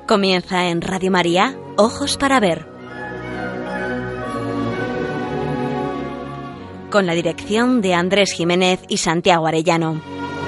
Comienza en Radio María, Ojos para Ver. Con la dirección de Andrés Jiménez y Santiago Arellano.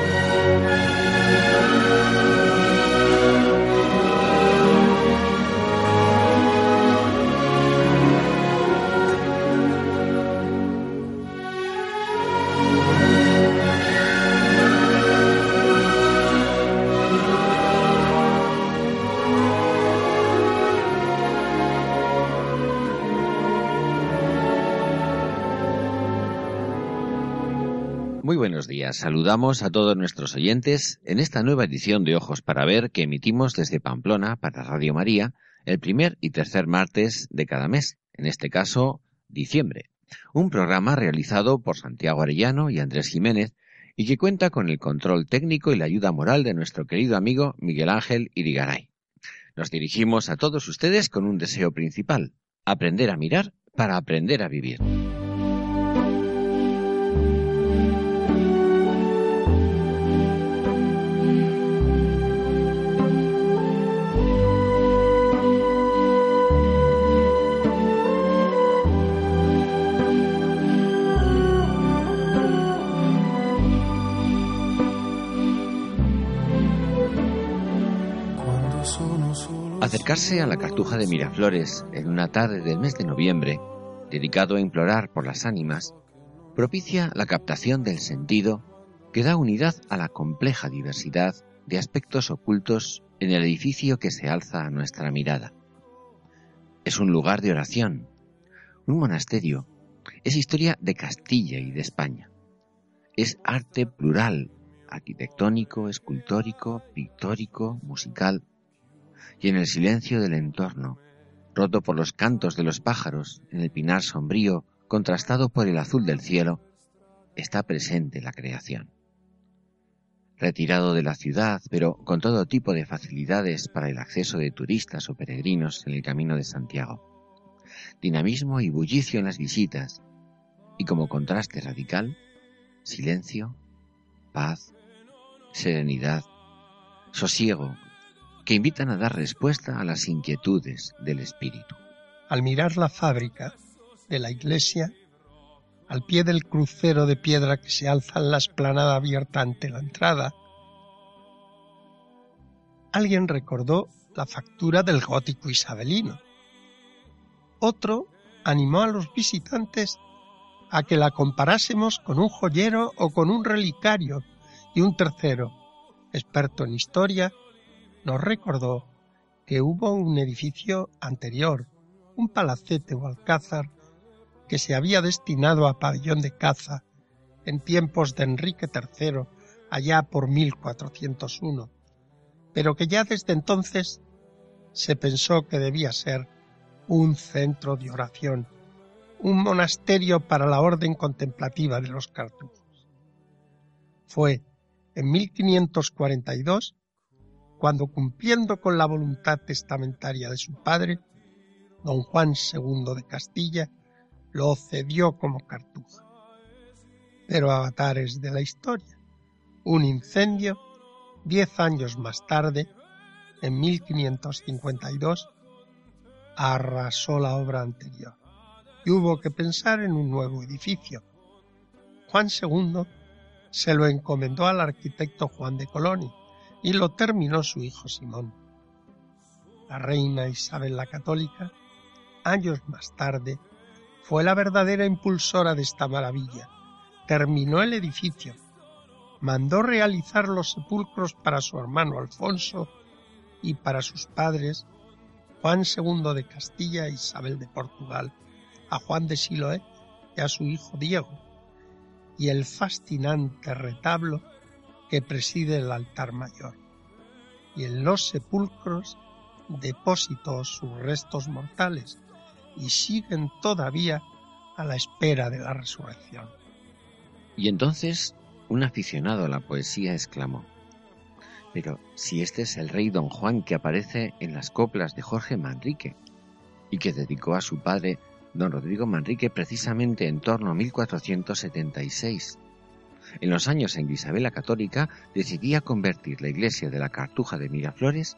Muy buenos días, saludamos a todos nuestros oyentes en esta nueva edición de Ojos para Ver que emitimos desde Pamplona para Radio María el primer y tercer martes de cada mes, en este caso diciembre. Un programa realizado por Santiago Arellano y Andrés Jiménez y que cuenta con el control técnico y la ayuda moral de nuestro querido amigo Miguel Ángel Irigaray. Nos dirigimos a todos ustedes con un deseo principal: aprender a mirar para aprender a vivir. Acercarse a la Cartuja de Miraflores en una tarde del mes de noviembre, dedicado a implorar por las ánimas, propicia la captación del sentido que da unidad a la compleja diversidad de aspectos ocultos en el edificio que se alza a nuestra mirada. Es un lugar de oración, un monasterio, es historia de Castilla y de España. Es arte plural, arquitectónico, escultórico, pictórico, musical. Y en el silencio del entorno, roto por los cantos de los pájaros, en el pinar sombrío, contrastado por el azul del cielo, está presente la creación. Retirado de la ciudad, pero con todo tipo de facilidades para el acceso de turistas o peregrinos en el Camino de Santiago. Dinamismo y bullicio en las visitas, y como contraste radical, silencio, paz, serenidad, sosiego, que invitan a dar respuesta a las inquietudes del espíritu. Al mirar la fábrica de la iglesia, al pie del crucero de piedra que se alza en la explanada abierta ante la entrada, alguien recordó la factura del gótico isabelino. Otro animó a los visitantes a que la comparásemos con un joyero o con un relicario, y un tercero, experto en historia, nos recordó que hubo un edificio anterior, un palacete o alcázar, que se había destinado a pabellón de caza en tiempos de Enrique III, allá por 1401, pero que ya desde entonces se pensó que debía ser un centro de oración, un monasterio para la orden contemplativa de los cartujos. Fue en 1542 cuando, cumpliendo con la voluntad testamentaria de su padre, don Juan II de Castilla lo cedió como cartuja. Pero avatares de la historia, un incendio, 10 años más tarde, en 1552, arrasó la obra anterior y hubo que pensar en un nuevo edificio. Juan II se lo encomendó al arquitecto Juan de Coloni, y lo terminó su hijo Simón. La reina Isabel la Católica, años más tarde, fue la verdadera impulsora de esta maravilla. Terminó el edificio, mandó realizar los sepulcros para su hermano Alfonso y para sus padres, Juan II de Castilla e Isabel de Portugal, a Juan de Siloé y a su hijo Diego, y el fascinante retablo que preside el altar mayor, y en los sepulcros depositó sus restos mortales y siguen todavía a la espera de la resurrección. Y entonces un aficionado a la poesía exclamó: pero si este es el rey don Juan que aparece en las coplas de Jorge Manrique y que dedicó a su padre don Rodrigo Manrique precisamente en torno a 1476, en los años en que Isabel la Católica decidía convertir la iglesia de la Cartuja de Miraflores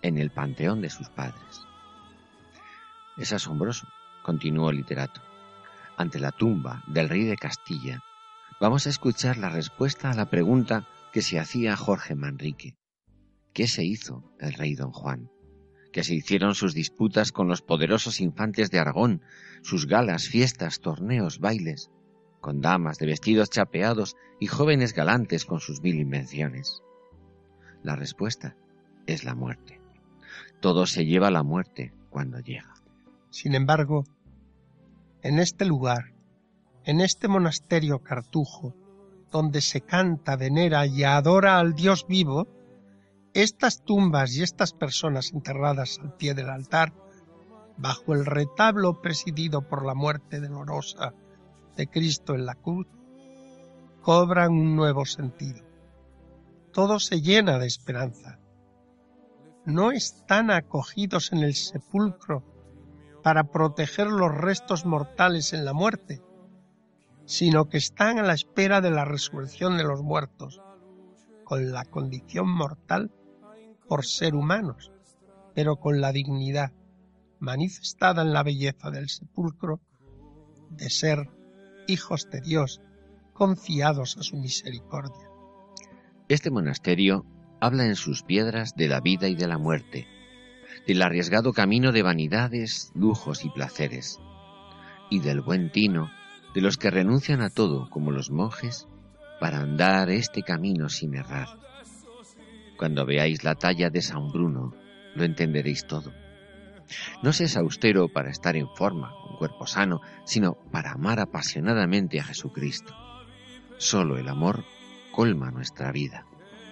en el panteón de sus padres. Es asombroso, continuó el literato. Ante la tumba del rey de Castilla, vamos a escuchar la respuesta a la pregunta que se hacía Jorge Manrique. ¿Qué se hizo el rey don Juan? ¿Qué se hicieron sus disputas con los poderosos infantes de Aragón, sus galas, fiestas, torneos, bailes, con damas de vestidos chapeados y jóvenes galantes con sus 1000 invenciones? La respuesta es la muerte. Todo se lleva a la muerte cuando llega. Sin embargo, en este lugar, en este monasterio cartujo, donde se canta, venera y adora al Dios vivo, estas tumbas y estas personas enterradas al pie del altar, bajo el retablo presidido por la muerte dolorosa de Cristo en la cruz, cobran un nuevo sentido. Todo se llena de esperanza. No están acogidos en el sepulcro para proteger los restos mortales en la muerte, sino que están a la espera de la resurrección de los muertos, con la condición mortal por ser humanos, pero con la dignidad manifestada en la belleza del sepulcro de ser hijos de Dios, confiados a su misericordia. Este monasterio habla en sus piedras de la vida y de la muerte, del arriesgado camino de vanidades, lujos y placeres, y del buen tino de los que renuncian a todo, como los monjes, para andar este camino sin errar. Cuando veáis la talla de San Bruno, lo entenderéis todo. No se es austero para estar en forma, con cuerpo sano, sino para amar apasionadamente a Jesucristo. Solo el amor colma nuestra vida.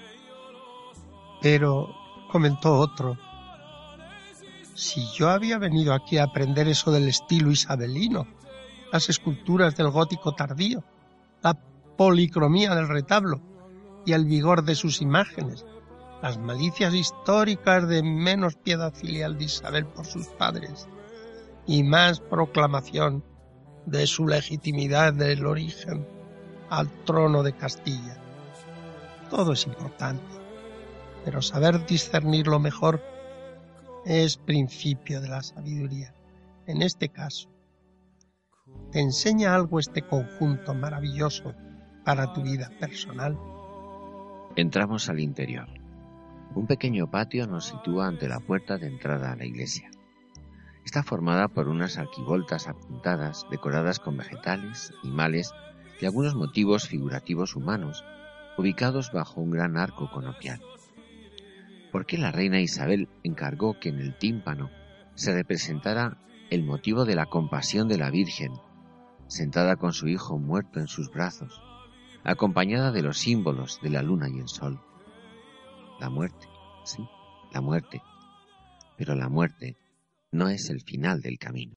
Pero, comentó otro, si yo había venido aquí a aprender eso del estilo isabelino, las esculturas del gótico tardío, la policromía del retablo y el vigor de sus imágenes, las malicias históricas de menos piedad filial de Isabel por sus padres y más proclamación de su legitimidad del origen al trono de Castilla. Todo es importante, pero saber discernirlo mejor es principio de la sabiduría. En este caso, ¿te enseña algo este conjunto maravilloso para tu vida personal? Entramos al interior. Un pequeño patio nos sitúa ante la puerta de entrada a la iglesia. Está formada por unas arquivoltas apuntadas, decoradas con vegetales, animales y algunos motivos figurativos humanos, ubicados bajo un gran arco conopial. ¿Por qué la reina Isabel encargó que en el tímpano se representara el motivo de la compasión de la Virgen, sentada con su hijo muerto en sus brazos, acompañada de los símbolos de la luna y el sol? La muerte, sí, la muerte. Pero la muerte no es el final del camino.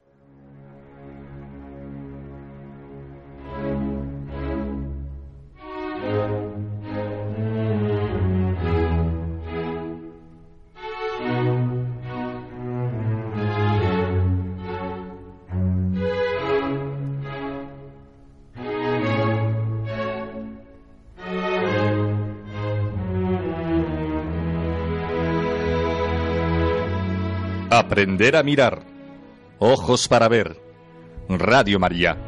Aprender a mirar. Ojos para ver. Radio María.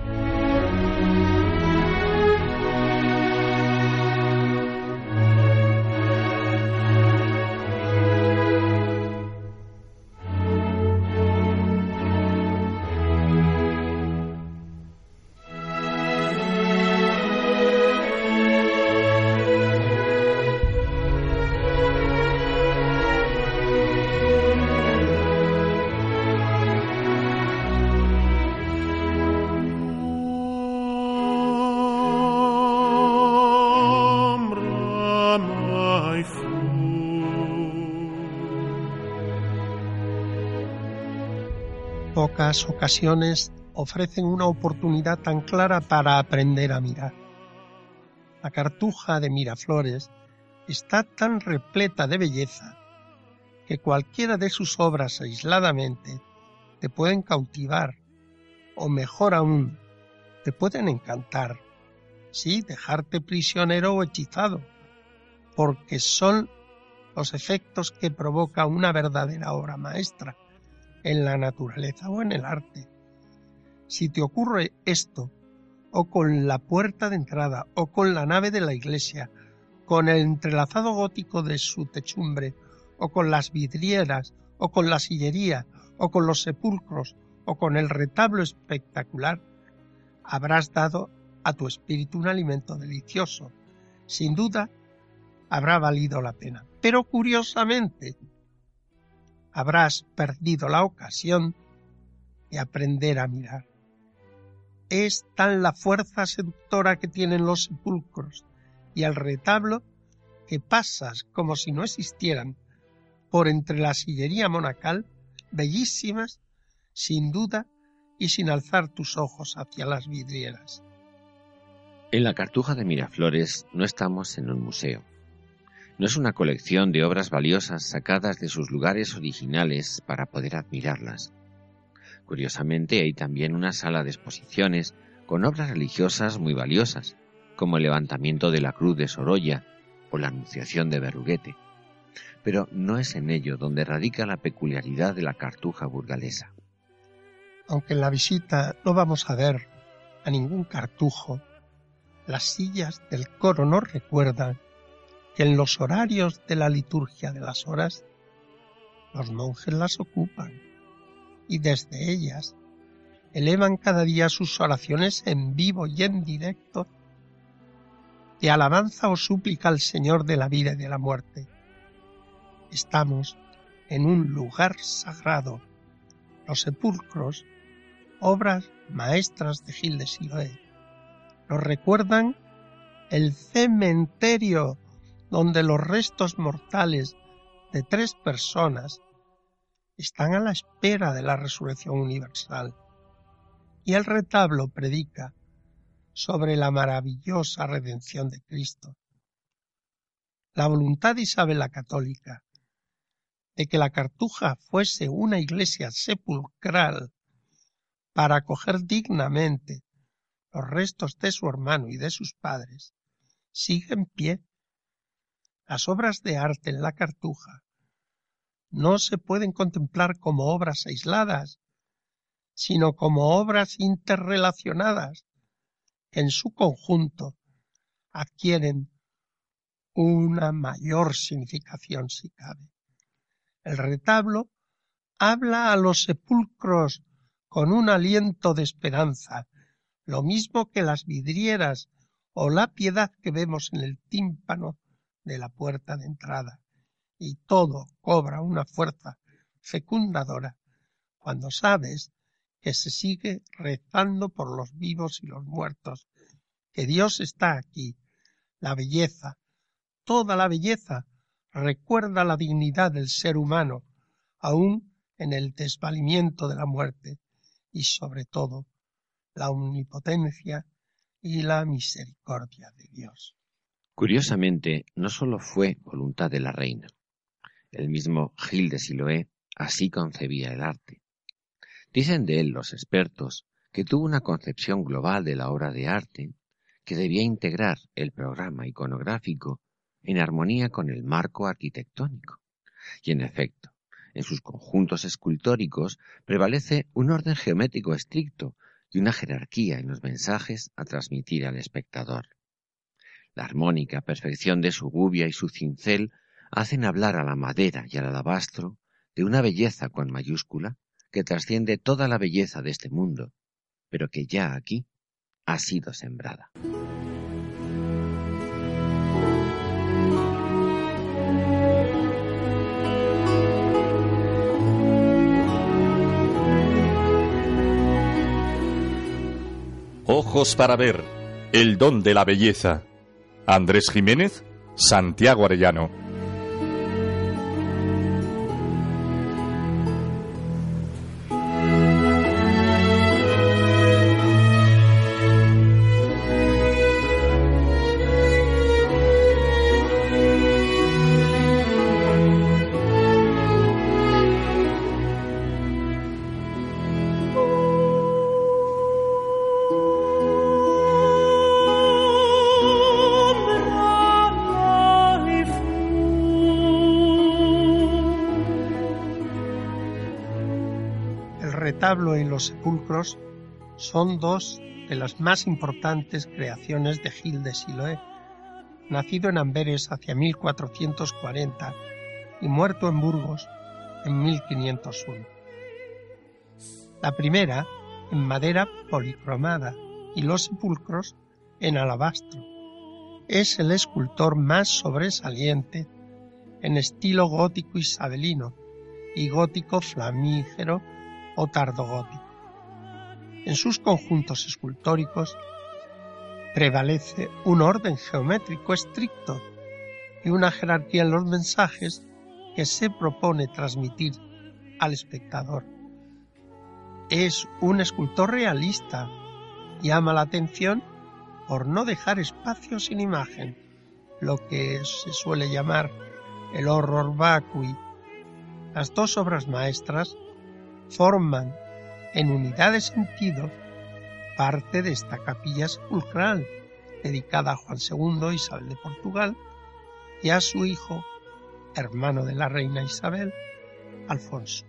Pocas ocasiones ofrecen una oportunidad tan clara para aprender a mirar. La Cartuja de Miraflores está tan repleta de belleza que cualquiera de sus obras aisladamente te pueden cautivar, o mejor aún, te pueden encantar, sí, dejarte prisionero o hechizado, porque son los efectos que provoca una verdadera obra maestra en la naturaleza o en el arte. Si te ocurre esto, o con la puerta de entrada, o con la nave de la iglesia, con el entrelazado gótico de su techumbre, o con las vidrieras, o con la sillería, o con los sepulcros, o con el retablo espectacular, habrás dado a tu espíritu un alimento delicioso. Sin duda, habrá valido la pena. Pero curiosamente, habrás perdido la ocasión de aprender a mirar. Es tan la fuerza seductora que tienen los sepulcros y el retablo que pasas como si no existieran por entre la sillería monacal, bellísimas, sin duda, y sin alzar tus ojos hacia las vidrieras. En la Cartuja de Miraflores no estamos en un museo. No es una colección de obras valiosas sacadas de sus lugares originales para poder admirarlas. Curiosamente, hay también una sala de exposiciones con obras religiosas muy valiosas, como el levantamiento de la cruz de Sorolla o la Anunciación de Berruguete. Pero no es en ello donde radica la peculiaridad de la Cartuja burgalesa. Aunque en la visita no vamos a ver a ningún cartujo, las sillas del coro nos recuerdan que en los horarios de la liturgia de las horas, los monjes las ocupan y desde ellas elevan cada día sus oraciones en vivo y en directo de alabanza o súplica al Señor de la vida y de la muerte. Estamos en un lugar sagrado. Los sepulcros, obras maestras de Gil de Siloé, nos recuerdan el cementerio donde los restos mortales de 3 personas están a la espera de la resurrección universal. Y el retablo predica sobre la maravillosa redención de Cristo. La voluntad de Isabel la Católica de que la Cartuja fuese una iglesia sepulcral para acoger dignamente los restos de su hermano y de sus padres, sigue en pie. Las obras de arte en la Cartuja no se pueden contemplar como obras aisladas, sino como obras interrelacionadas que en su conjunto adquieren una mayor significación si cabe. El retablo habla a los sepulcros con un aliento de esperanza, lo mismo que las vidrieras o la piedad que vemos en el tímpano de la puerta de entrada, y todo cobra una fuerza fecundadora cuando sabes que se sigue rezando por los vivos y los muertos, que Dios está aquí. La belleza, toda la belleza, recuerda la dignidad del ser humano, aún en el desvalimiento de la muerte, y sobre todo la omnipotencia y la misericordia de Dios. Curiosamente, no solo fue voluntad de la reina. El mismo Gil de Siloé así concebía el arte. Dicen de él los expertos que tuvo una concepción global de la obra de arte que debía integrar el programa iconográfico en armonía con el marco arquitectónico. Y en efecto, en sus conjuntos escultóricos prevalece un orden geométrico estricto y una jerarquía en los mensajes a transmitir al espectador. La armónica perfección de su gubia y su cincel hacen hablar a la madera y al alabastro de una belleza con mayúscula que trasciende toda la belleza de este mundo, pero que ya aquí ha sido sembrada. Ojos para ver, el don de la belleza. Andrés Jiménez, Santiago Arellano. retablo y los sepulcros son dos de las más importantes creaciones de Gilles de Siloé, nacido en Amberes hacia 1440 y muerto en Burgos en 1501. La primera en madera policromada y los sepulcros en alabastro. Es el escultor más sobresaliente en estilo gótico isabelino y gótico flamígero o tardogótico. En sus conjuntos escultóricos prevalece un orden geométrico estricto y una jerarquía en los mensajes que se propone transmitir al espectador. Es un escultor realista, llama la atención por no dejar espacio sin imagen, lo que se suele llamar el horror vacui. Las dos obras maestras forman en unidad de sentido parte de esta capilla sepulcral dedicada a Juan II, Isabel de Portugal, y a su hijo, hermano de la reina Isabel, Alfonso.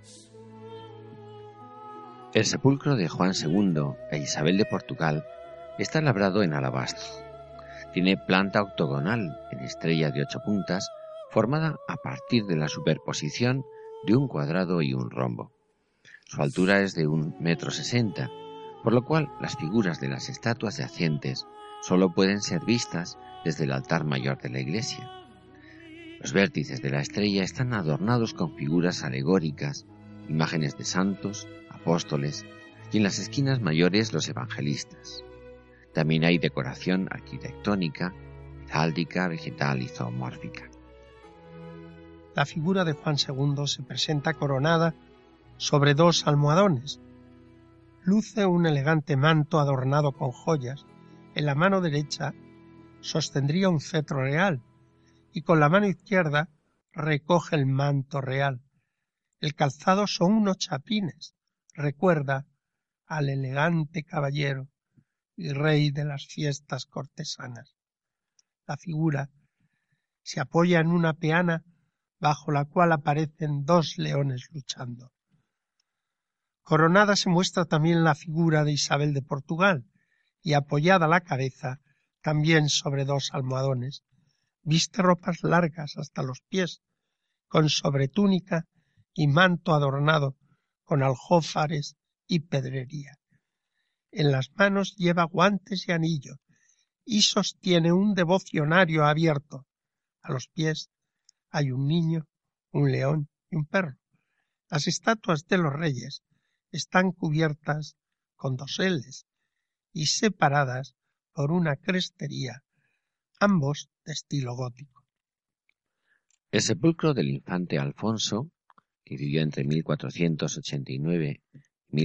El sepulcro de Juan II e Isabel de Portugal está labrado en alabastro. Tiene planta octogonal en estrella de 8 puntas, formada a partir de la superposición de un cuadrado y un rombo. Su altura es de 1,60 m, por lo cual las figuras de las estatuas yacientes solo pueden ser vistas desde el altar mayor de la iglesia. Los vértices de la estrella están adornados con figuras alegóricas, imágenes de santos, apóstoles, y en las esquinas mayores los evangelistas. También hay decoración arquitectónica, heráldica, vegetal y zoomórfica. La figura de Juan II se presenta coronada sobre 2 almohadones. Luce un elegante manto adornado con joyas. En la mano derecha sostendría un cetro real y con la mano izquierda recoge el manto real. El calzado son unos chapines. Recuerda al elegante caballero y rey de las fiestas cortesanas. La figura se apoya en una peana bajo la cual aparecen 2 leones luchando. Coronada se muestra también la figura de Isabel de Portugal y apoyada la cabeza también sobre 2 almohadones. Viste ropas largas hasta los pies, con sobretúnica y manto adornado con aljófares y pedrería. En las manos lleva guantes y anillo y sostiene un devocionario abierto. A los pies hay un niño, un león y un perro. Las estatuas de los reyes están cubiertas con doseles y separadas por una crestería, ambos de estilo gótico. El sepulcro del infante Alfonso, que vivió entre 1489 y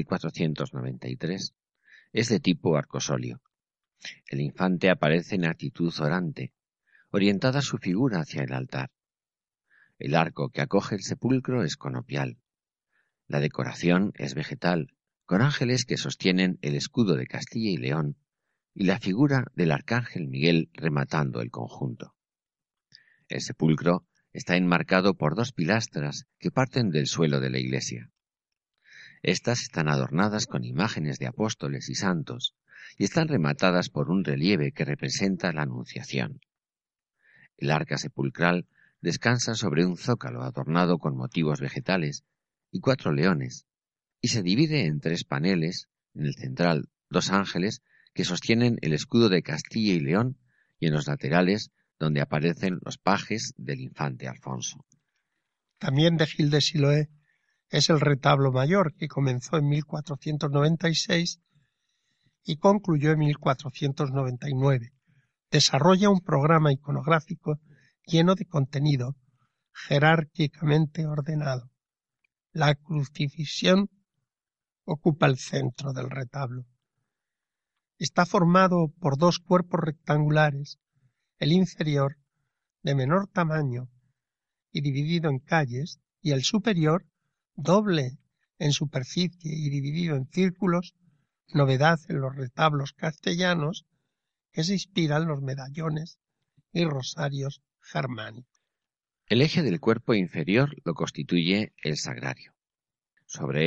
1493, es de tipo arcosolio. El infante aparece en actitud orante, orientada su figura hacia el altar. El arco que acoge el sepulcro es conopial. La decoración es vegetal, con ángeles que sostienen el escudo de Castilla y León y la figura del arcángel Miguel rematando el conjunto. El sepulcro está enmarcado por 2 pilastras que parten del suelo de la iglesia. Estas están adornadas con imágenes de apóstoles y santos y están rematadas por un relieve que representa la Anunciación. El arca sepulcral descansa sobre un zócalo adornado con motivos vegetales y 4 leones, y se divide en 3 paneles, en el central 2 ángeles que sostienen el escudo de Castilla y León, y en los laterales donde aparecen los pajes del infante Alfonso. También de Gilles de Siloé es el retablo mayor, que comenzó en 1496 y concluyó en 1499. Desarrolla un programa iconográfico lleno de contenido, jerárquicamente ordenado. La crucifixión ocupa el centro del retablo. Está formado por 2 cuerpos rectangulares, el inferior de menor tamaño y dividido en calles, y el superior doble en superficie y dividido en círculos, novedad en los retablos castellanos que se inspiran los medallones y rosarios germánicos. El eje del cuerpo inferior lo constituye el sagrario. Sobre él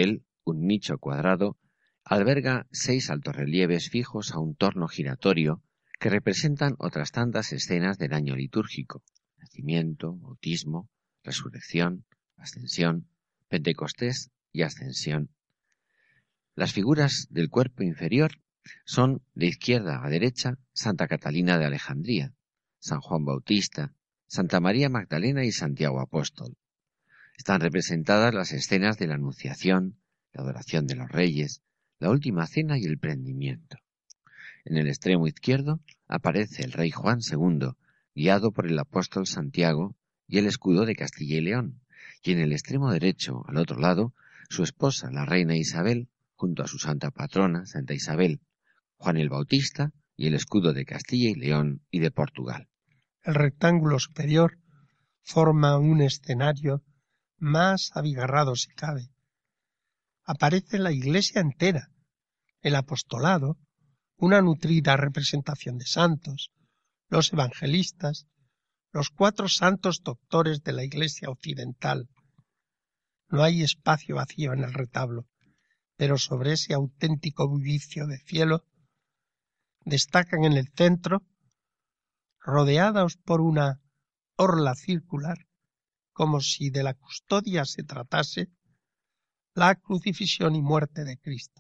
Un nicho cuadrado alberga 6 altorrelieves fijos a un torno giratorio que representan otras tantas escenas del año litúrgico: nacimiento, bautismo, resurrección, ascensión, Pentecostés y ascensión. Las figuras del cuerpo inferior son, de izquierda a derecha, Santa Catalina de Alejandría, San Juan Bautista, Santa María Magdalena y Santiago Apóstol. Están representadas las escenas de la Anunciación, la adoración de los reyes, la última cena y el prendimiento. En el extremo izquierdo aparece el rey Juan II, guiado por el apóstol Santiago y el escudo de Castilla y León, y en el extremo derecho, al otro lado, su esposa, la reina Isabel, junto a su santa patrona, Santa Isabel, Juan el Bautista y el escudo de Castilla y León y de Portugal. El rectángulo superior forma un escenario más abigarrado si cabe. Aparece la iglesia entera, el apostolado, una nutrida representación de santos, los evangelistas, los 4 santos doctores de la iglesia occidental. No hay espacio vacío en el retablo, pero sobre ese auténtico bullicio de cielo destacan en el centro, rodeados por una orla circular, como si de la custodia se tratase, la crucifixión y muerte de Cristo.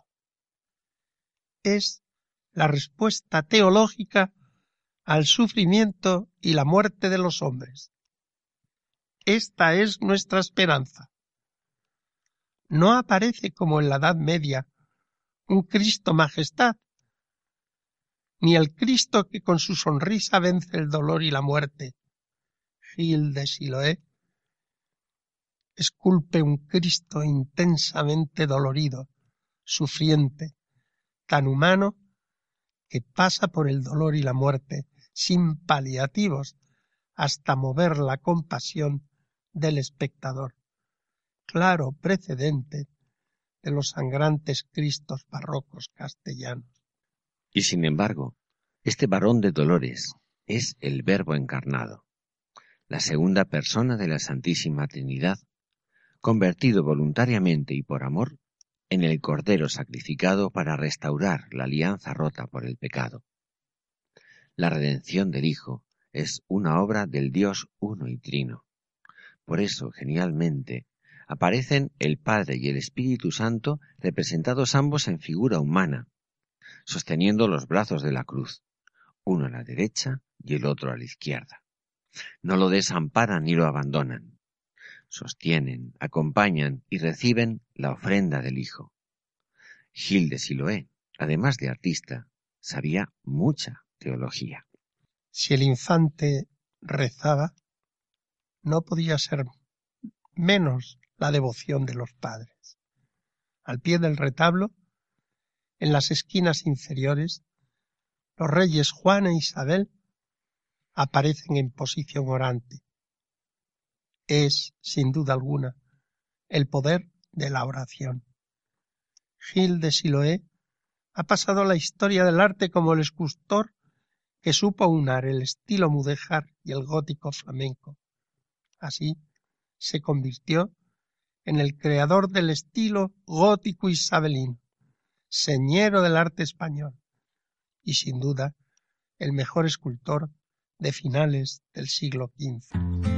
Es la respuesta teológica al sufrimiento y la muerte de los hombres. Esta es nuestra esperanza. No aparece como en la Edad Media un Cristo majestad, ni el Cristo que con su sonrisa vence el dolor y la muerte. Gil de Siloé esculpe un Cristo intensamente dolorido, sufriente, tan humano que pasa por el dolor y la muerte sin paliativos hasta mover la compasión del espectador. Claro precedente de los sangrantes Cristos barrocos castellanos. Y sin embargo, este varón de dolores es el Verbo encarnado, la segunda persona de la Santísima Trinidad, convertido voluntariamente y por amor en el Cordero sacrificado para restaurar la alianza rota por el pecado. La redención del Hijo es una obra del Dios uno y trino. Por eso, genialmente, aparecen el Padre y el Espíritu Santo representados ambos en figura humana, sosteniendo los brazos de la cruz, uno a la derecha y el otro a la izquierda. No lo desamparan ni lo abandonan. Sostienen, acompañan y reciben la ofrenda del Hijo. Gil de Siloé, además de artista, sabía mucha teología. Si el infante rezaba, no podía ser menos la devoción de los padres. Al pie del retablo, en las esquinas inferiores, los reyes Juan e Isabel aparecen en posición orante. Es, sin duda alguna, el poder de la oración. Gil de Siloé ha pasado a la historia del arte como el escultor que supo aunar el estilo mudéjar y el gótico flamenco. Así se convirtió en el creador del estilo gótico isabelino, señero del arte español y, sin duda, el mejor escultor de finales del siglo XV.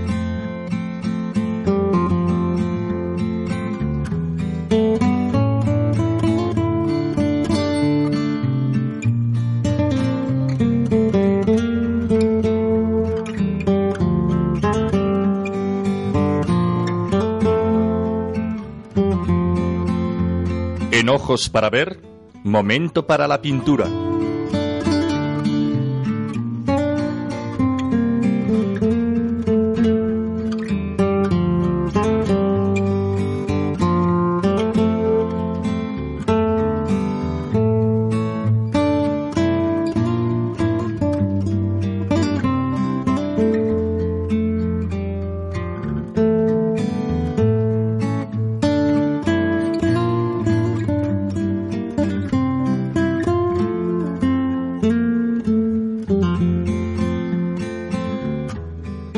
En Ojos para Ver, momento para la pintura.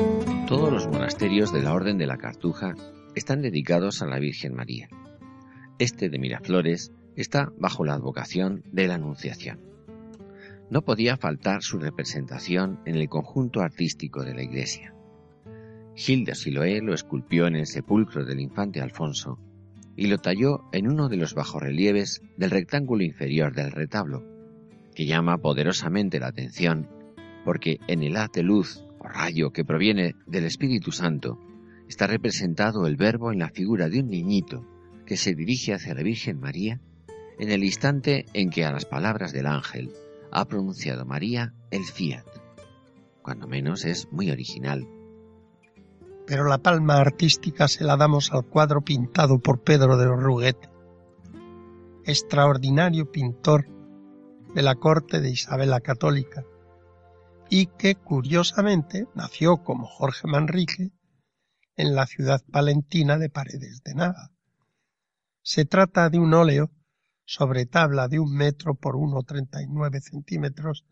Todos los monasterios de la Orden de la Cartuja están dedicados a la Virgen María. Este de Miraflores está bajo la advocación de la Anunciación. No podía faltar su representación en el conjunto artístico de la iglesia. Gil de Siloé lo esculpió en el sepulcro del infante Alfonso y lo talló en uno de los bajorrelieves del rectángulo inferior del retablo, que llama poderosamente la atención porque en el haz de luz o rayo que proviene del Espíritu Santo está representado el Verbo en la figura de un niñito que se dirige hacia la Virgen María en el instante en que a las palabras del ángel ha pronunciado María el fiat. Cuando menos es muy original. Pero la palma artística se la damos al cuadro pintado por Pedro de Urruguete, extraordinario pintor de la corte de Isabel la Católica, y que curiosamente nació como Jorge Manrique en la ciudad palentina de Paredes de Nava. Se trata de un óleo sobre tabla de 1 metro por 1,39 centímetros,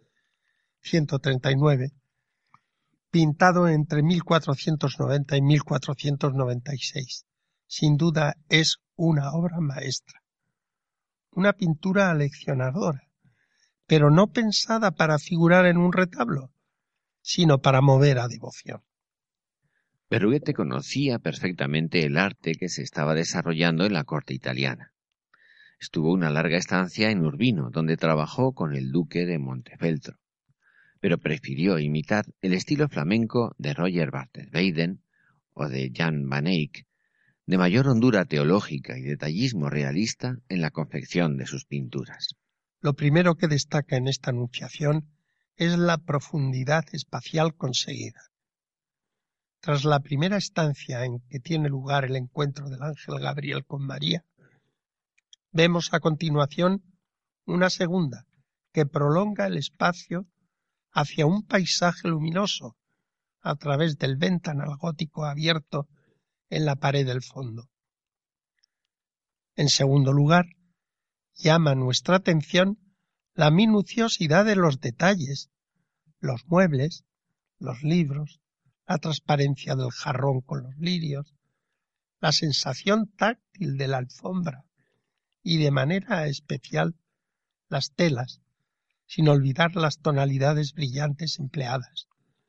139, pintado entre 1490 y 1496. Sin duda es una obra maestra, una pintura aleccionadora, pero no pensada para figurar en un retablo, sino para mover a devoción. Berruguete conocía perfectamente el arte que se estaba desarrollando en la corte italiana. Estuvo una larga estancia en Urbino, donde trabajó con el duque de Montefeltro, pero prefirió imitar el estilo flamenco de Roger Bartels-Weyden o de Jan van Eyck, de mayor hondura teológica y detallismo realista en la confección de sus pinturas. Lo primero que destaca en esta anunciación es la profundidad espacial conseguida. Tras la primera estancia en que tiene lugar el encuentro del ángel Gabriel con María, vemos a continuación una segunda que prolonga el espacio hacia un paisaje luminoso a través del ventanal gótico abierto en la pared del fondo. En segundo lugar, llama nuestra atención la minuciosidad de los detalles, los muebles, los libros, la transparencia del jarrón con los lirios, la sensación táctil de la alfombra y de manera especial las telas, sin olvidar las tonalidades brillantes empleadas.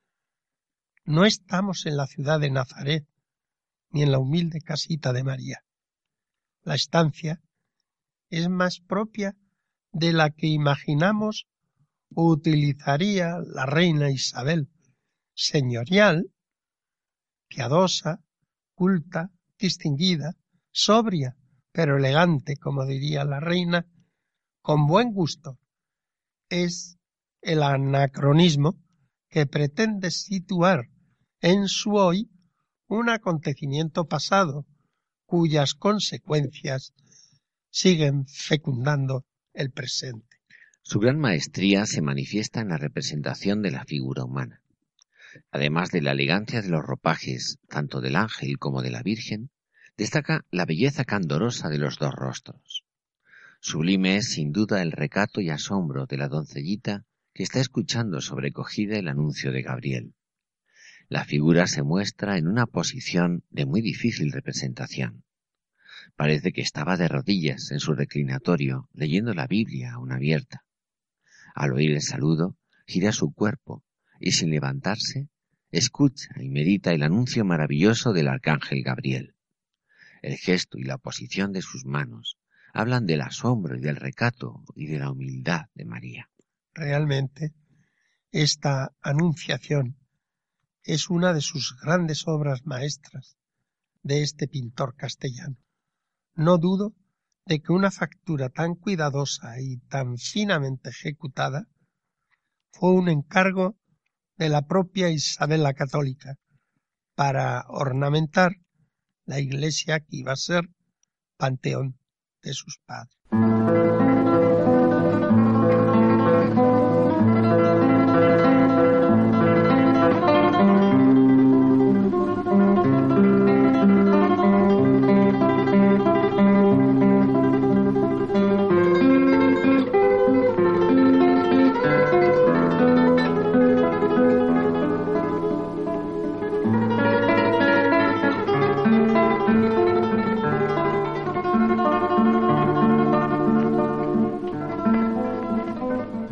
No estamos en la ciudad de Nazaret, ni en la humilde casita de María. La estancia es más propia de la que imaginamos utilizaría la reina Isabel, señorial, piadosa, culta, distinguida, sobria, pero elegante, como diría la reina, con buen gusto. Es el anacronismo que pretende situar en su hoy un acontecimiento pasado, cuyas consecuencias siguen fecundando el presente. Su gran maestría se manifiesta en la representación de la figura humana. Además de la elegancia de los ropajes, tanto del ángel como de la Virgen, destaca la belleza candorosa de los dos rostros. Sublime es sin duda el recato y asombro de la doncellita que está escuchando sobrecogida el anuncio de Gabriel. La figura se muestra en una posición de muy difícil representación. Parece que estaba de rodillas en su reclinatorio, leyendo la Biblia aún abierta. Al oír el saludo, gira su cuerpo y, sin levantarse, escucha y medita el anuncio maravilloso del arcángel Gabriel. El gesto y la posición de sus manos hablan del asombro y del recato y de la humildad de María. Realmente, esta anunciación es una de sus grandes obras maestras de este pintor castellano. No dudo de que una factura tan cuidadosa y tan finamente ejecutada fue un encargo de la propia Isabel la Católica para ornamentar la iglesia que iba a ser panteón de sus padres.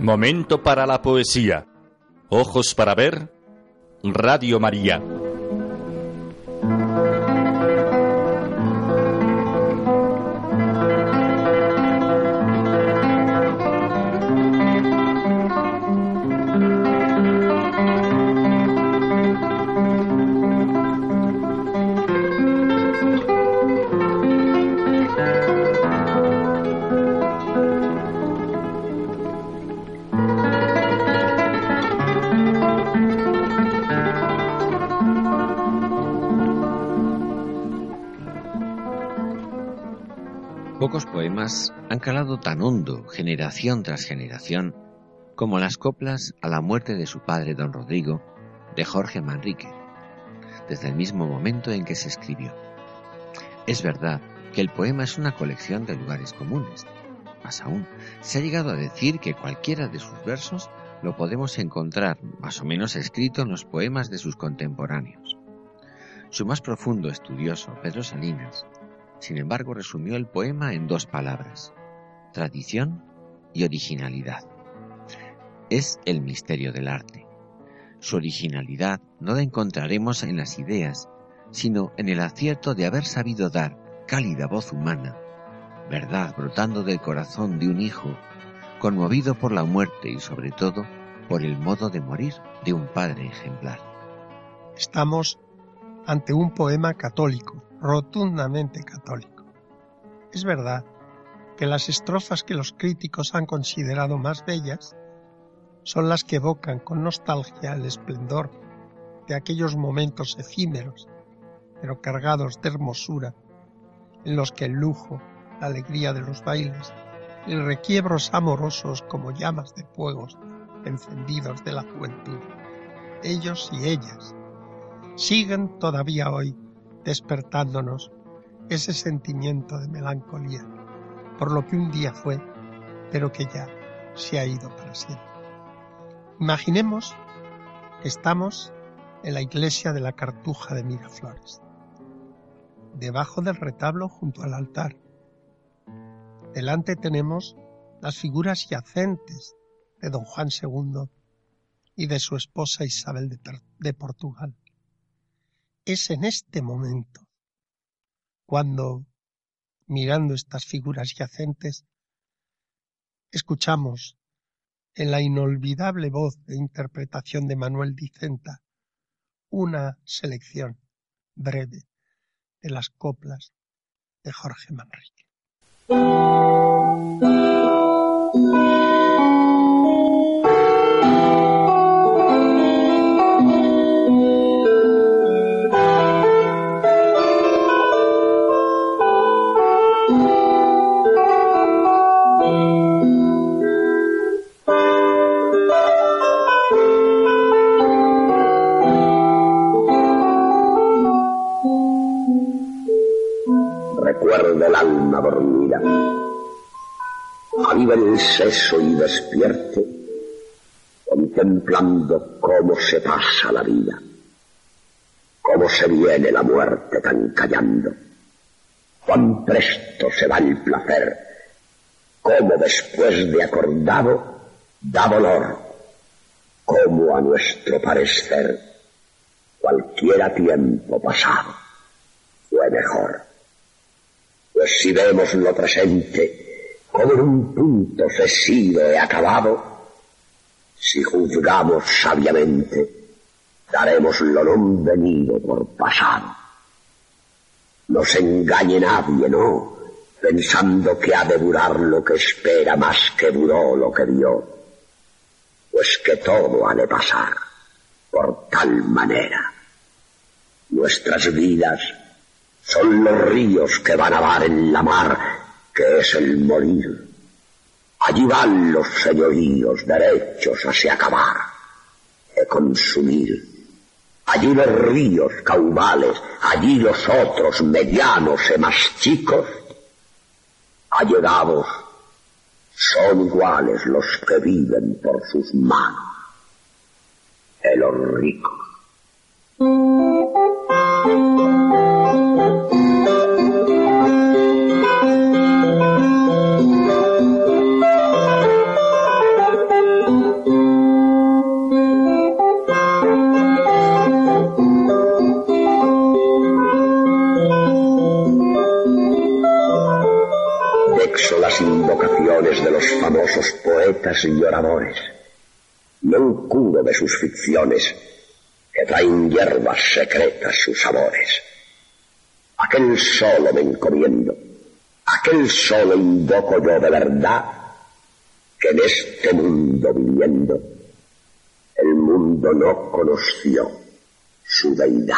Momento para la poesía. Ojos para ver. Radio María. Pocos poemas han calado tan hondo, generación tras generación, como las coplas a la muerte de su padre don Rodrigo, de Jorge Manrique, desde el mismo momento en que se escribió. Es verdad que el poema es una colección de lugares comunes. Más aún, se ha llegado a decir que cualquiera de sus versos lo podemos encontrar más o menos escrito en los poemas de sus contemporáneos. Su más profundo estudioso, Pedro Salinas, sin embargo, resumió el poema en 2 palabras: tradición y originalidad. Es el misterio del arte. Su originalidad no la encontraremos en las ideas, sino en el acierto de haber sabido dar cálida voz humana, verdad brotando del corazón de un hijo, conmovido por la muerte y sobre todo por el modo de morir de un padre ejemplar. Estamos ante un poema católico, rotundamente católico. Es verdad que las estrofas que los críticos han considerado más bellas son las que evocan con nostalgia el esplendor de aquellos momentos efímeros, pero cargados de hermosura, en los que el lujo, la alegría de los bailes y requiebros amorosos como llamas de fuegos encendidos de la juventud, ellos y ellas, siguen todavía hoy despertándonos ese sentimiento de melancolía por lo que un día fue, pero que ya se ha ido para siempre. Imaginemos que estamos en la iglesia de la Cartuja de Miraflores, debajo del retablo junto al altar. Delante tenemos las figuras yacentes de don Juan II y de su esposa Isabel de Portugal. Es en este momento cuando, mirando estas figuras yacentes, escuchamos en la inolvidable voz de interpretación de Manuel Dicenta una selección breve de las coplas de Jorge Manrique. Recuerda el alma dormida, aviva el seso y despierte, contemplando cómo se pasa la vida, cómo se viene la muerte tan callando, cuán presto se va el placer, cómo después de acordado da dolor, cómo a nuestro parecer cualquiera tiempo pasado fue mejor. Pues si vemos lo presente como en un punto cesido y acabado, si juzgamos sabiamente, daremos lo non venido por pasado. No se engañe nadie, no, pensando que ha de durar lo que espera más que duró lo que dio, pues que todo ha de pasar por tal manera. Nuestras vidas son los ríos que van a dar en la mar, que es el morir. Allí van los señoríos derechos a se acabar, e consumir. Allí los ríos caudales, allí los otros medianos e más chicos, allegados, son iguales los que viven por sus manos, e los ricos. sexo las invocaciones de los famosos poetas y oradores. No curo de sus ficciones, que traen hierbas secretas sus sabores. Aquel solo me encomiendo, aquel solo invoco yo de verdad, que en este mundo viviendo, el mundo no conoció su deidad.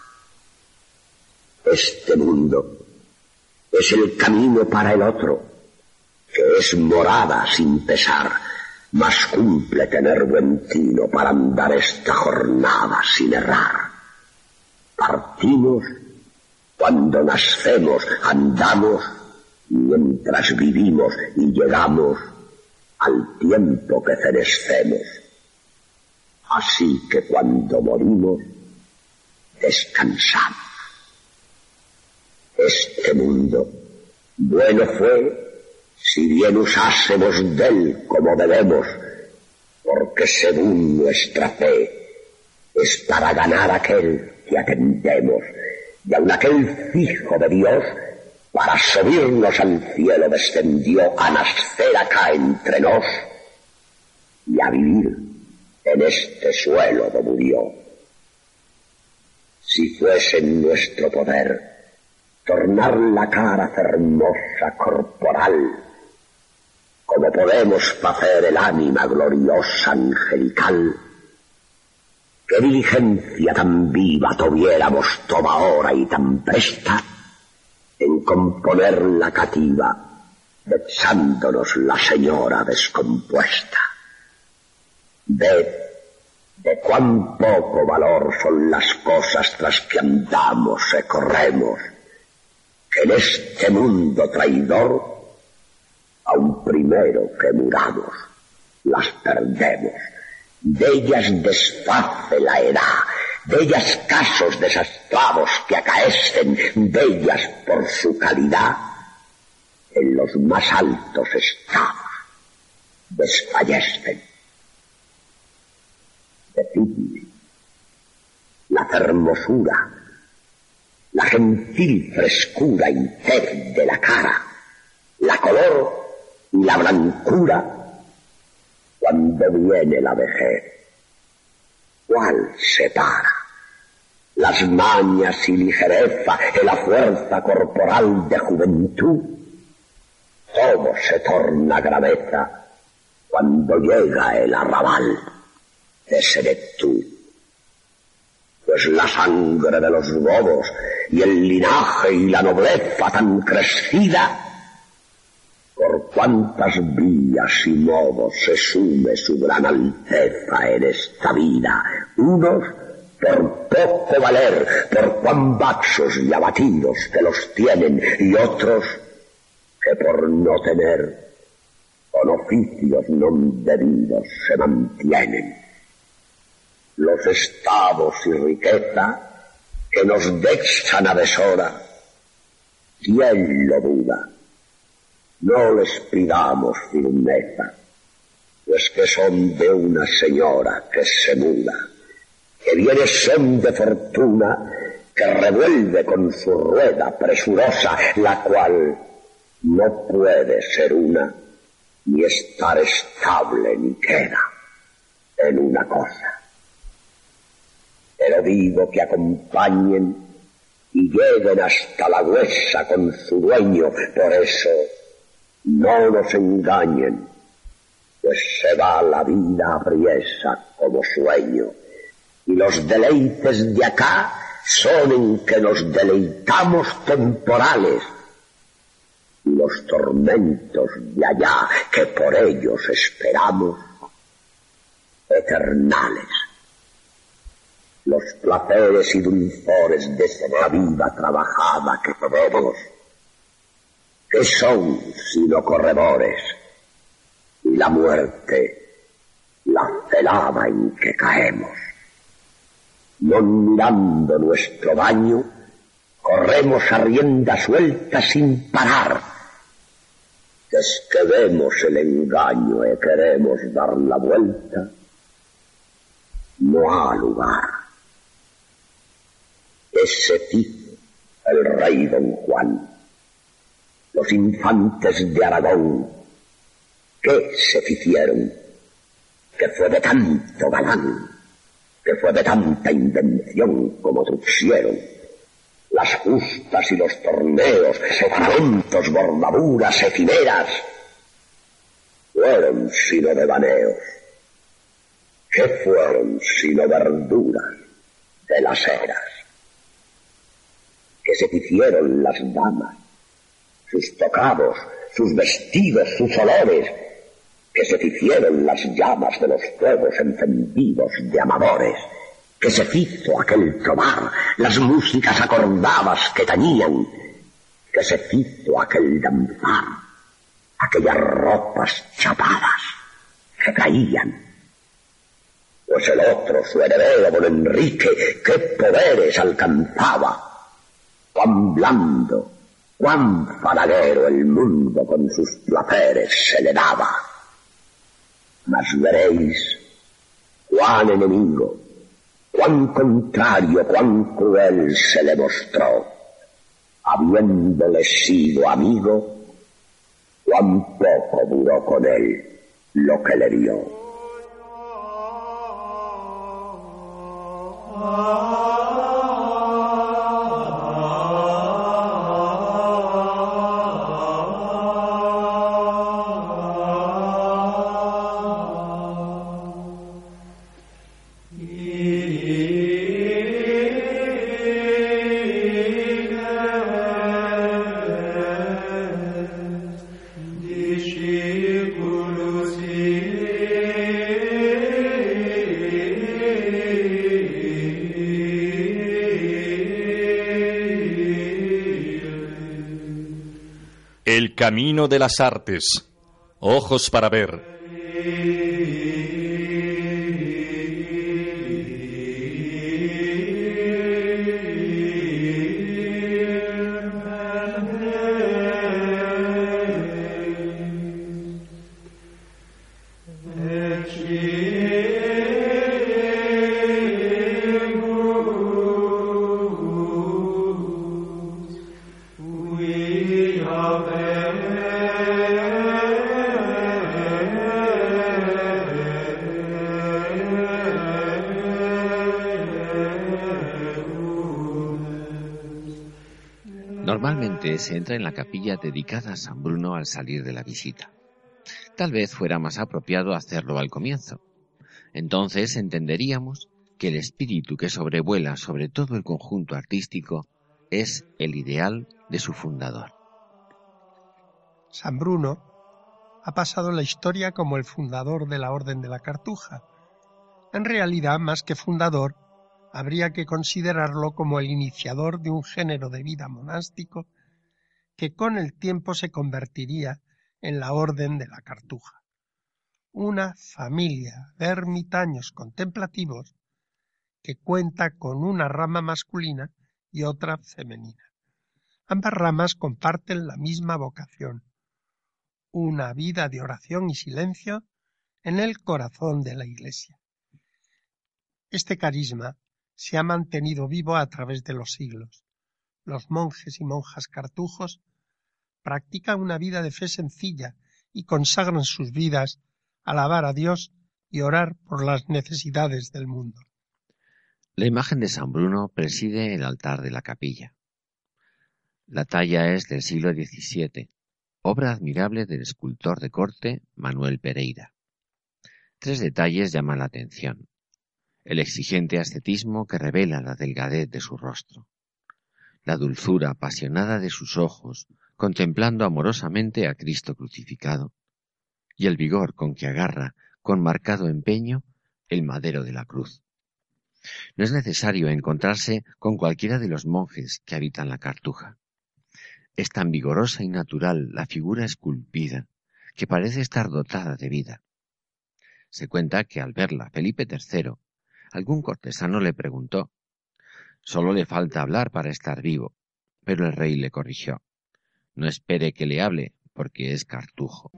Este mundo es el camino para el otro, que es morada sin pesar, mas cumple tener buen tino para andar esta jornada sin errar. Partimos cuando nacemos, andamos mientras vivimos y llegamos al tiempo que ferecemos. Así que cuando morimos, descansamos. Este mundo bueno fue si bien usásemos de él como debemos, porque según nuestra fe es para ganar aquel que atendemos, y aun aquel fijo de Dios para subirnos al cielo descendió a nacer acá entre nos y a vivir en este suelo do murió. Si fuese en nuestro poder tornar la cara hermosa corporal, como podemos facer el ánima gloriosa angelical, qué diligencia tan viva tuviéramos toda hora y tan presta en componer la cativa, vexándonos la señora descompuesta. Ved de cuán poco valor son las cosas tras que andamos y corremos, que en este mundo traidor, aun primero que muramos, las perdemos. De ellas desface la edad, de ellas casos desastrados que acaecen, de ellas por su calidad, en los más altos estados desfallecen. Decidme, la hermosura, la gentil frescura y tez de la cara, la color y la blancura, cuando viene la vejez, ¿cuál separa? Las mañas y ligereza y la fuerza corporal de juventud, todo se torna graveza cuando llega el arrabal de senectud. Pues la sangre de los godos y el linaje y la nobleza tan crecida, por cuántas vías y modos se sume su gran alteza en esta vida, unos por poco valer, por cuán baxos y abatidos que los tienen, y otros que por no tener con oficios no debidos se mantienen. Los estados y riqueza que nos vexan a deshora, ¿quién lo duda? No les pidamos firmeza, pues que son de una señora que se muda, que bienes son de fortuna que revuelve con su rueda presurosa, la cual no puede ser una, ni estar estable ni queda en una cosa. Pero digo que acompañen y lleguen hasta la huesa con su dueño, por eso no nos engañen, pues se va la vida apriesa como sueño, y los deleites de acá son en que nos deleitamos temporales, y los tormentos de allá que por ellos esperamos eternales. Los placeres y dulzores de esta vida trabajada que tenemos, ¿qué son sino corredores? Y la muerte, la celada en que caemos. No mirando nuestro daño, corremos a rienda suelta sin parar. Es que vemos el engaño y queremos dar la vuelta, no ha lugar. Ese tipo, el rey Don Juan, los infantes de Aragón, ¿qué se hicieron? Que fue de tanto galán, que fue de tanta invención como truxieron. Las justas y los torneos, separentos, bordaduras, efimeras, fueron sino devaneos. ¿Qué fueron sino verduras de las eras? ¿Qué se hicieron las damas? Sus tocados, sus vestidos, sus olores, que se hicieron las llamas de los fuegos encendidos de amadores, que se hizo aquel trobar, las músicas acordadas que tañían, que se hizo aquel danzar, aquellas ropas chapadas que caían. Pues el otro, su heredero, don Enrique, qué poderes alcanzaba, cuán blando, cuán falaguero el mundo con sus placeres se le daba. Mas veréis cuán enemigo, cuán contrario, cuán cruel se le mostró, habiéndole sido amigo, cuán poco duró con él lo que le dio. El camino de las artes. Ojos para ver. Normalmente se entra en la capilla dedicada a San Bruno al salir de la visita. Tal vez fuera más apropiado hacerlo al comienzo. Entonces entenderíamos que el espíritu que sobrevuela sobre todo el conjunto artístico es el ideal de su fundador. San Bruno ha pasado la historia como el fundador de la Orden de la Cartuja. En realidad, más que fundador, habría que considerarlo como el iniciador de un género de vida monástico que con el tiempo se convertiría en la Orden de la Cartuja. Una familia de ermitaños contemplativos que cuenta con una rama masculina y otra femenina. Ambas ramas comparten la misma vocación, una vida de oración y silencio en el corazón de la Iglesia. Este carisma se ha mantenido vivo a través de los siglos. Los monjes y monjas cartujos practican una vida de fe sencilla y consagran sus vidas a alabar a Dios y orar por las necesidades del mundo. La imagen de San Bruno preside el altar de la capilla. La talla es del siglo XVII, obra admirable del escultor de corte Manuel Pereira. 3 detalles llaman la atención. El exigente ascetismo que revela la delgadez de su rostro, la dulzura apasionada de sus ojos, contemplando amorosamente a Cristo crucificado, y el vigor con que agarra, con marcado empeño, el madero de la cruz. No es necesario encontrarse con cualquiera de los monjes que habitan la Cartuja. Es tan vigorosa y natural la figura esculpida, que parece estar dotada de vida. Se cuenta que al verla Felipe III, algún cortesano le preguntó: «Solo le falta hablar para estar vivo», pero el rey le corrigió: «No espere que le hable, porque es cartujo».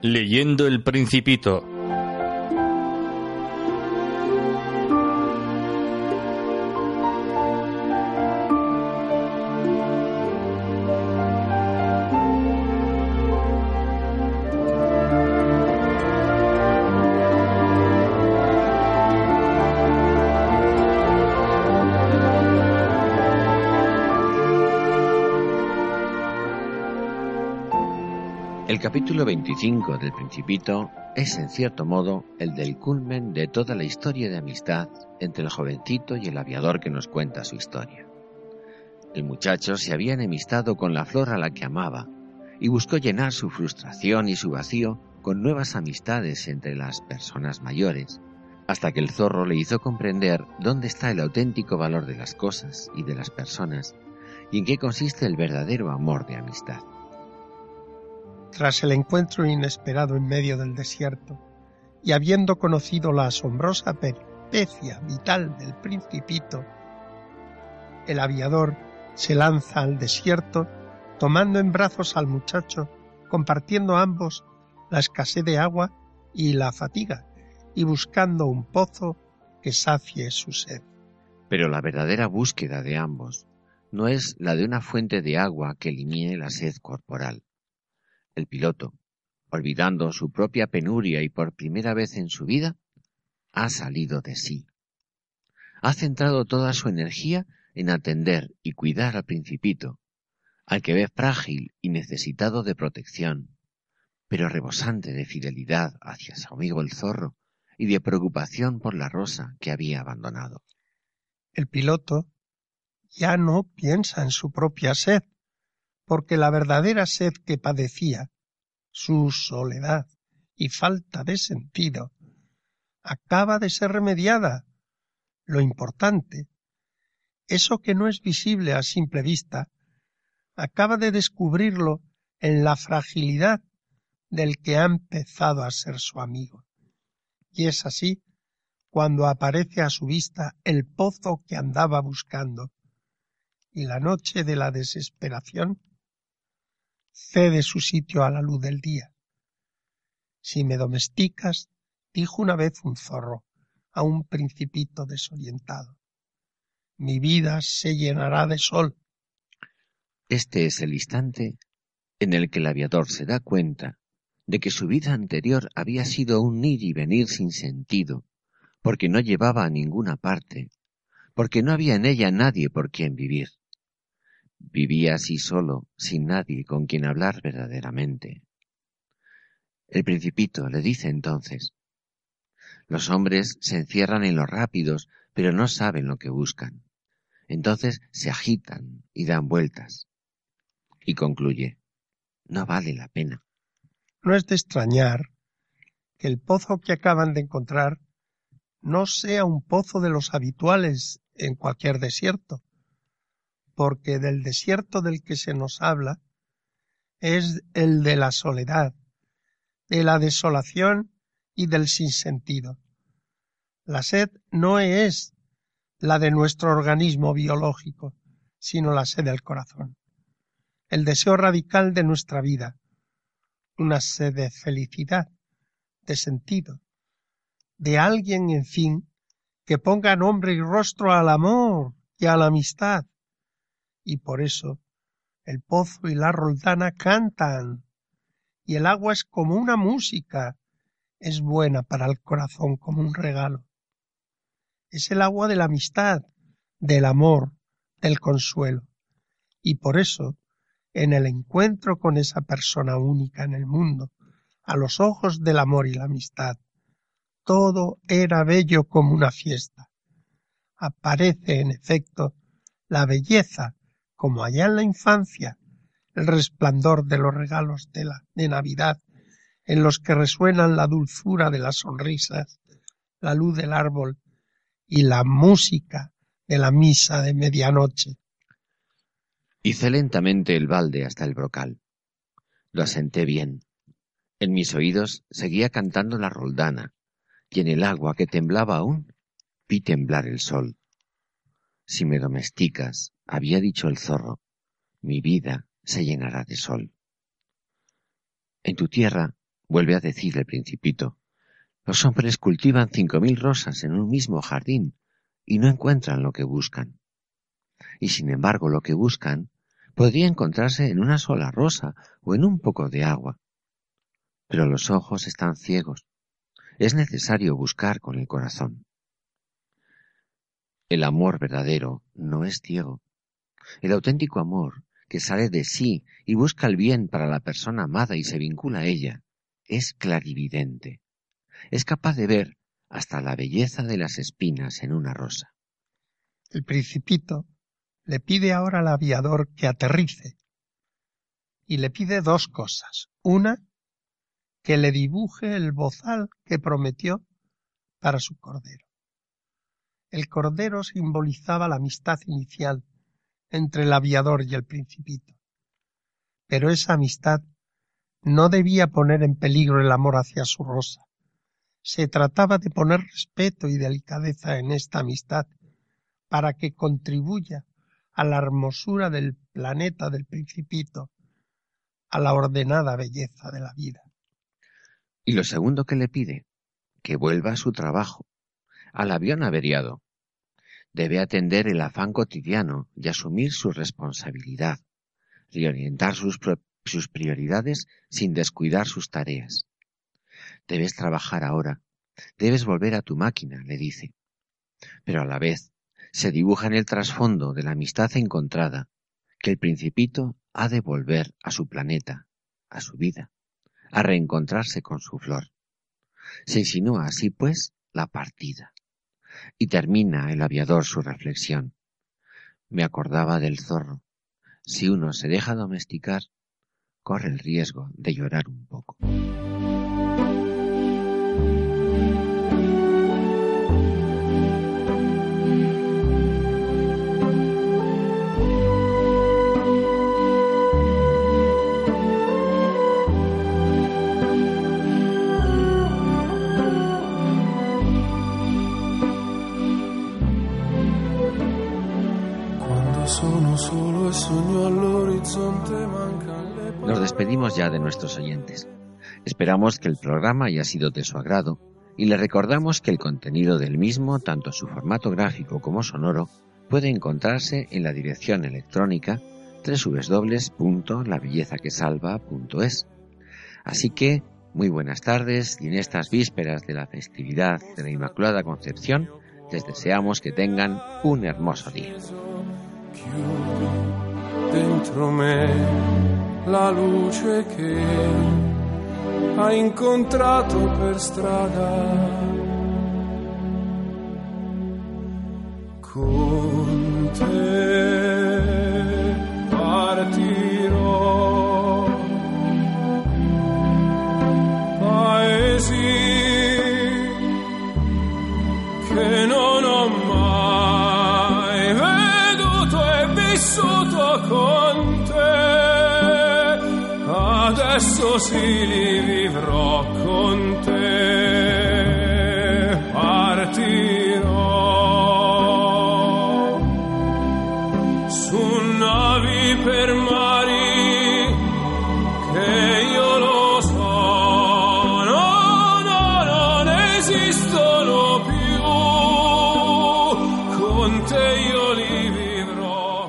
Leyendo El Principito. El capítulo 25 del Principito es, en cierto modo, el del culmen de toda la historia de amistad entre el jovencito y el aviador que nos cuenta su historia. El muchacho se había enemistado con la flor a la que amaba y buscó llenar su frustración y su vacío con nuevas amistades entre las personas mayores, hasta que el zorro le hizo comprender dónde está el auténtico valor de las cosas y de las personas y en qué consiste el verdadero amor de amistad. Tras el encuentro inesperado en medio del desierto, y habiendo conocido la asombrosa peripecia vital del Principito, el aviador se lanza al desierto, tomando en brazos al muchacho, compartiendo ambos la escasez de agua y la fatiga, y buscando un pozo que sacie su sed. Pero la verdadera búsqueda de ambos no es la de una fuente de agua que elimine la sed corporal. El piloto, olvidando su propia penuria y por primera vez en su vida, ha salido de sí. Ha centrado toda su energía en atender y cuidar al Principito, al que ve frágil y necesitado de protección, pero rebosante de fidelidad hacia su amigo el zorro y de preocupación por la rosa que había abandonado. El piloto ya no piensa en su propia sed, porque la verdadera sed que padecía, su soledad y falta de sentido, acaba de ser remediada. Lo importante, eso que no es visible a simple vista, acaba de descubrirlo en la fragilidad del que ha empezado a ser su amigo. Y es así cuando aparece a su vista el pozo que andaba buscando, y la noche de la desesperación cede su sitio a la luz del día. Si me domesticas, dijo una vez un zorro a un Principito desorientado, mi vida se llenará de sol. Este es el instante en el que el aviador se da cuenta de que su vida anterior había sido un ir y venir sin sentido, porque no llevaba a ninguna parte, porque no había en ella nadie por quien vivir. Vivía así solo, sin nadie con quien hablar verdaderamente. El Principito le dice entonces: los hombres se encierran en los rápidos, pero no saben lo que buscan. Entonces se agitan y dan vueltas. Y concluye: no vale la pena. No es de extrañar que el pozo que acaban de encontrar no sea un pozo de los habituales en cualquier desierto, porque del desierto del que se nos habla es el de la soledad, de la desolación y del sinsentido. La sed no es la de nuestro organismo biológico, sino la sed del corazón, el deseo radical de nuestra vida, una sed de felicidad, de sentido, de alguien, en fin, que ponga nombre y rostro al amor y a la amistad. Y por eso el pozo y la roldana cantan, y el agua es como una música, es buena para el corazón como un regalo. Es el agua de la amistad, del amor, del consuelo. Y por eso, en el encuentro con esa persona única en el mundo, a los ojos del amor y la amistad, todo era bello como una fiesta. Aparece, en efecto, la belleza, como allá en la infancia, el resplandor de los regalos de Navidad, en los que resuenan la dulzura de las sonrisas, la luz del árbol y la música de la misa de medianoche. Hice lentamente el balde hasta el brocal. Lo asenté bien. En mis oídos seguía cantando la roldana, y en el agua que temblaba aún, vi temblar el sol. Si me domesticas, había dicho el zorro, mi vida se llenará de sol. En tu tierra Vuelve a decir el Principito: los hombres cultivan 5000 rosas en un mismo jardín y no encuentran lo que buscan. Y sin embargo lo que buscan podría encontrarse en una sola rosa o en un poco de agua. Pero los ojos están ciegos. Es necesario buscar con el corazón. El amor verdadero no es ciego. El auténtico amor, que sale de sí y busca el bien para la persona amada y se vincula a ella, es clarividente. Es capaz de ver hasta la belleza de las espinas en una rosa. El Principito le pide ahora al aviador que aterrice y le pide dos cosas. Una, que le dibuje el bozal que prometió para su cordero. El cordero simbolizaba la amistad inicial entre el aviador y el Principito. Pero esa amistad no debía poner en peligro el amor hacia su rosa. Se trataba de poner respeto y delicadeza en esta amistad para que contribuya a la hermosura del planeta del Principito, a la ordenada belleza de la vida. Y lo segundo que le pide, que vuelva a su trabajo, al avión averiado. Debe atender el afán cotidiano y asumir su responsabilidad, reorientar sus prioridades sin descuidar sus tareas. Debes trabajar ahora, debes volver a tu máquina, le dice. Pero a la vez se dibuja en el trasfondo de la amistad encontrada que el Principito ha de volver a su planeta, a su vida, a reencontrarse con su flor. Se insinúa así, pues, la partida. Y termina el aviador su reflexión. Me acordaba del zorro. Si uno se deja domesticar, corre el riesgo de llorar un poco. Nos despedimos ya de nuestros oyentes. Esperamos que el programa haya sido de su agrado y les recordamos que el contenido del mismo, tanto su formato gráfico como sonoro, puede encontrarse en la dirección electrónica www.labellezaquesalva.es. Así que, muy buenas tardes, y en estas vísperas de la festividad de la Inmaculada Concepción, les deseamos que tengan un hermoso día. Dentro me la luce che ha incontrato per strada, con te partirò, paesi che non ho mai veduto e vissuto con te, adesso sì li vivrò con te, partirò su navi per mari che io lo so, no, non esistono più, con te io li vivrò.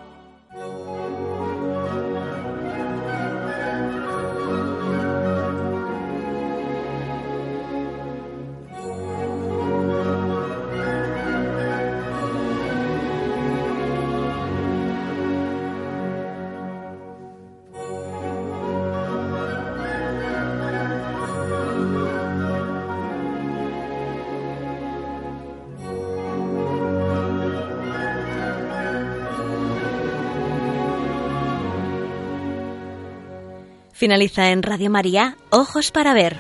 Finaliza en Radio María, Ojos para Ver.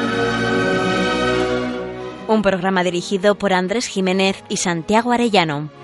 Un programa dirigido por Andrés Jiménez y Santiago Arellano.